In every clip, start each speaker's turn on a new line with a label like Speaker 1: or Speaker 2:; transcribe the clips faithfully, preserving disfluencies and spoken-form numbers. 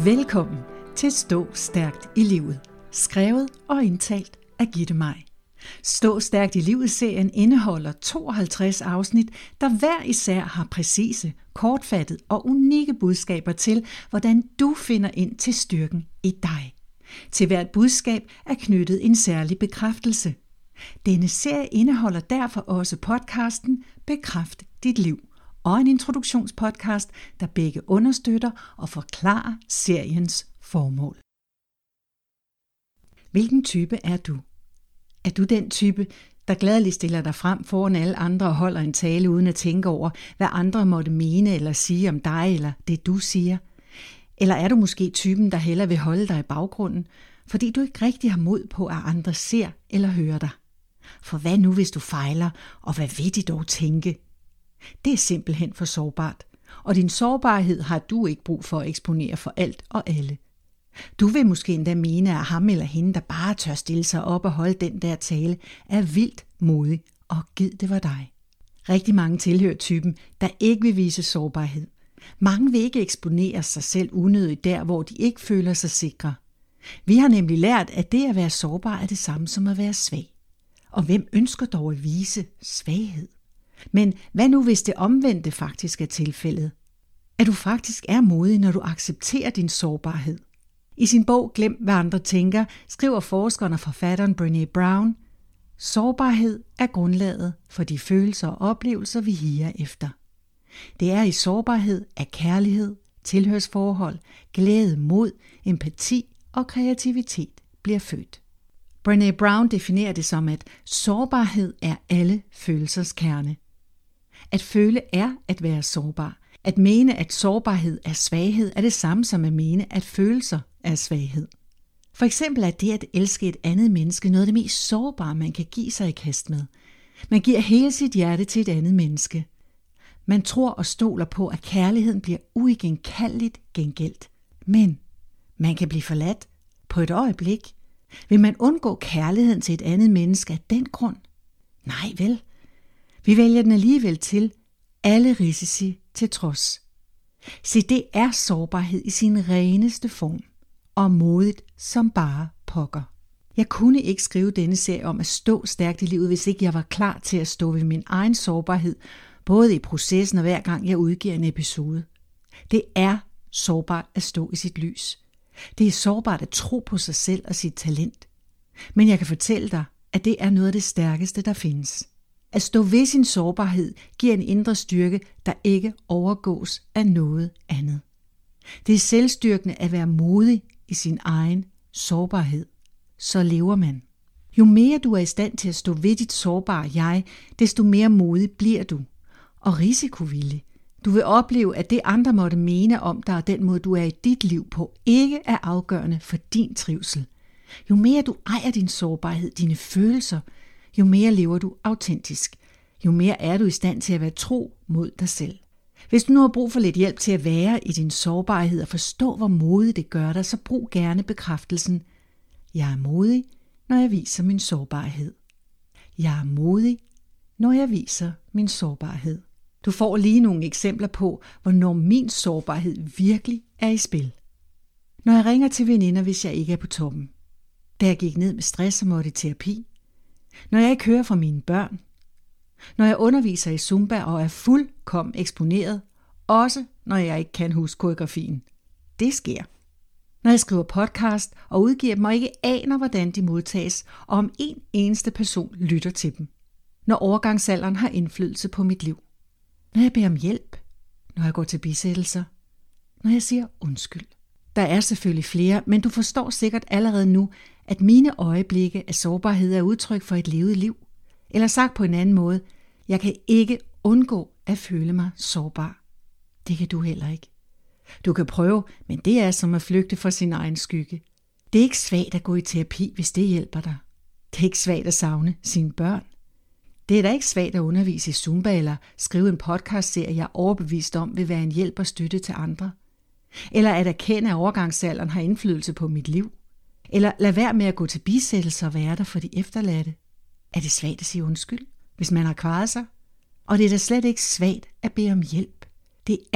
Speaker 1: Velkommen til Stå Stærkt i Livet, skrevet og indtalt af Gitte Maj. Stå Stærkt i Livet-serien indeholder tooghalvtreds afsnit, der hver især har præcise, kortfattet og unikke budskaber til, hvordan du finder ind til styrken i dig. Til hvert budskab er knyttet en særlig bekræftelse. Denne serie indeholder derfor også podcasten Bekræft dit liv og en introduktionspodcast, der begge understøtter og forklarer seriens formål. Hvilken type er du? Er du den type, der gladeligt stiller dig frem foran alle andre og holder en tale uden at tænke over, hvad andre måtte mene eller sige om dig eller det du siger? Eller er du måske typen, der hellere vil holde dig i baggrunden, fordi du ikke rigtig har mod på, at andre ser eller hører dig? For hvad nu, hvis du fejler, og hvad vil de dog tænke? Det er simpelthen for sårbart, og din sårbarhed har du ikke brug for at eksponere for alt og alle. Du vil måske endda mene, at ham eller hende, der bare tør stille sig op og holde den der tale, er vildt modig, og gid det var dig. Rigtig mange tilhører typen, der ikke vil vise sårbarhed. Mange vil ikke eksponere sig selv unødigt der, hvor de ikke føler sig sikre. Vi har nemlig lært, at det at være sårbar er det samme som at være svag. Og hvem ønsker dog at vise svaghed? Men hvad nu, hvis det omvendte faktisk er tilfældet? At du faktisk er modig, når du accepterer din sårbarhed. I sin bog Glem hvad andre tænker, skriver forskeren og forfatteren Brené Brown: sårbarhed er grundlaget for de følelser og oplevelser, vi higer efter. Det er i sårbarhed, at kærlighed, tilhørsforhold, glæde, mod, empati og kreativitet bliver født. Brené Brown definerer det som, at sårbarhed er alle følelsers kerne. At føle er at være sårbar. At mene, at sårbarhed er svaghed, er det samme som at mene, at følelser er svaghed. For eksempel er det at elske et andet menneske noget af det mest sårbare, man kan give sig i kast med. Man giver hele sit hjerte til et andet menneske. Man tror og stoler på, at kærligheden bliver uigenkaldeligt gengældt. Men man kan blive forladt på et øjeblik. Vil man undgå kærligheden til et andet menneske af den grund? Nej vel. Vi vælger den alligevel til, alle risici til trods. Se, det er sårbarhed i sin reneste form, og modigt som bare pokker. Jeg kunne ikke skrive denne serie om at stå stærkt i livet, hvis ikke jeg var klar til at stå ved min egen sårbarhed, både i processen og hver gang jeg udgiver en episode. Det er sårbart at stå i sit lys. Det er sårbart at tro på sig selv og sit talent. Men jeg kan fortælle dig, at det er noget af det stærkeste, der findes. At stå ved sin sårbarhed giver en indre styrke, der ikke overgås af noget andet. Det er selvstyrkende at være modig i sin egen sårbarhed. Så lever man. Jo mere du er i stand til at stå ved dit sårbare jeg, desto mere modig bliver du. Og risikovillig. Du vil opleve, at det andre måtte mene om dig og den måde, du er i dit liv på, ikke er afgørende for din trivsel. Jo mere du ejer din sårbarhed, dine følelser, jo mere lever du autentisk. Jo mere er du i stand til at være tro mod dig selv. Hvis du nu har brug for lidt hjælp til at være i din sårbarhed og forstå, hvor modig det gør dig, så brug gerne bekræftelsen: jeg er modig, når jeg viser min sårbarhed. Jeg er modig, når jeg viser min sårbarhed. Du får lige nogle eksempler på, hvornår min sårbarhed virkelig er i spil. Når jeg ringer til veninder, hvis jeg ikke er på toppen. Da jeg gik ned med stress og måtte i terapi. Når jeg ikke hører fra mine børn. Når jeg underviser i Zumba og er fuldkommen eksponeret. Også når jeg ikke kan huske koreografien. Det sker. Når jeg skriver podcast og udgiver dem og ikke aner, hvordan de modtages, og om en eneste person lytter til dem. Når overgangsalderen har indflydelse på mit liv. Når jeg beder om hjælp. Når jeg går til bisættelser. Når jeg siger undskyld. Der er selvfølgelig flere, men du forstår sikkert allerede nu, at mine øjeblikke af sårbarhed er udtryk for et levet liv. Eller sagt på en anden måde, jeg kan ikke undgå at føle mig sårbar. Det kan du heller ikke. Du kan prøve, men det er som at flygte fra sin egen skygge. Det er ikke svagt at gå i terapi, hvis det hjælper dig. Det er ikke svagt at savne sine børn. Det er da ikke svagt at undervise i Zumba eller skrive en podcastserie, jeg er overbevist om vil være en hjælp og støtte til andre. Eller at erkende, at overgangsalderen har indflydelse på mit liv. Eller lad være med at gå til bisættelser og være der for de efterladte. Er det svagt at sige undskyld, hvis man har kvaret sig? Og det er da slet ikke svagt at bede om hjælp. Det er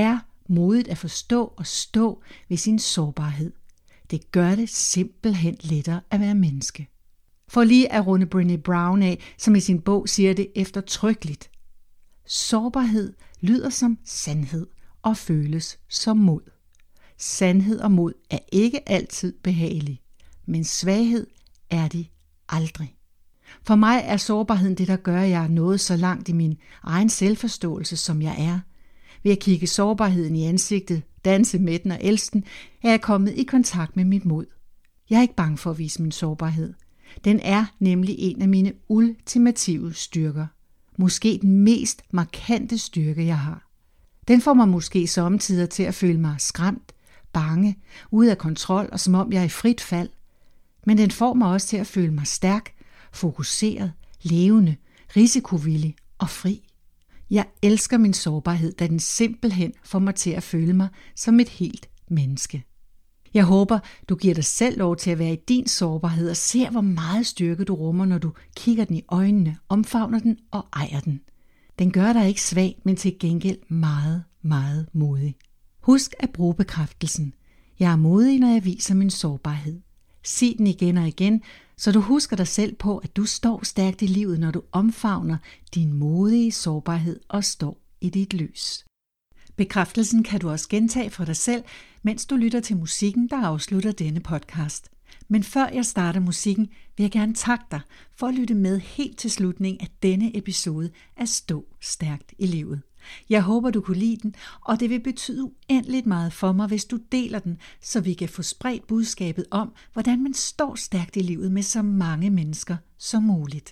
Speaker 1: modigt at forstå og stå ved sin sårbarhed. Det gør det simpelthen lettere at være menneske. For lige at runde Brené Brown af, som i sin bog siger det eftertrykkeligt. Sårbarhed lyder som sandhed og føles som mod. Sandhed og mod er ikke altid behagelige, men svaghed er de aldrig. For mig er sårbarheden det, der gør, at jeg er nået så langt i min egen selvforståelse, som jeg er. Ved at kigge sårbarheden i ansigtet, danse med den og elske den, er jeg kommet i kontakt med mit mod. Jeg er ikke bange for at vise min sårbarhed. Den er nemlig en af mine ultimative styrker. Måske den mest markante styrke, jeg har. Den får mig måske sommetider til at føle mig skræmt, bange, ude af kontrol og som om jeg er i frit fald. Men den får mig også til at føle mig stærk, fokuseret, levende, risikovillig og fri. Jeg elsker min sårbarhed, da den simpelthen får mig til at føle mig som et helt menneske. Jeg håber, du giver dig selv lov til at være i din sårbarhed og ser, hvor meget styrke du rummer, når du kigger den i øjnene, omfavner den og ejer den. Den gør dig ikke svag, men til gengæld meget, meget modig. Husk at bruge bekræftelsen. Jeg er modig, når jeg viser min sårbarhed. Sig den igen og igen, så du husker dig selv på, at du står stærkt i livet, når du omfavner din modige sårbarhed og står i dit lys. Bekræftelsen kan du også gentage for dig selv, mens du lytter til musikken, der afslutter denne podcast. Men før jeg starter musikken, vil jeg gerne takke dig for at lytte med helt til slutningen af denne episode af Stå Stærkt i Livet. Jeg håber, du kunne lide den, og det vil betyde uendeligt meget for mig, hvis du deler den, så vi kan få spredt budskabet om, hvordan man står stærkt i livet med så mange mennesker som muligt.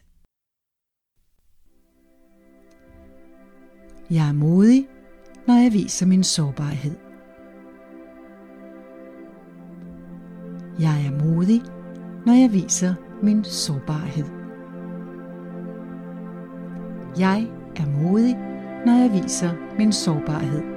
Speaker 1: Jeg er modig, når jeg viser min sårbarhed. Jeg er modig, når jeg viser min sårbarhed. Jeg er modig, når jeg viser min sårbarhed.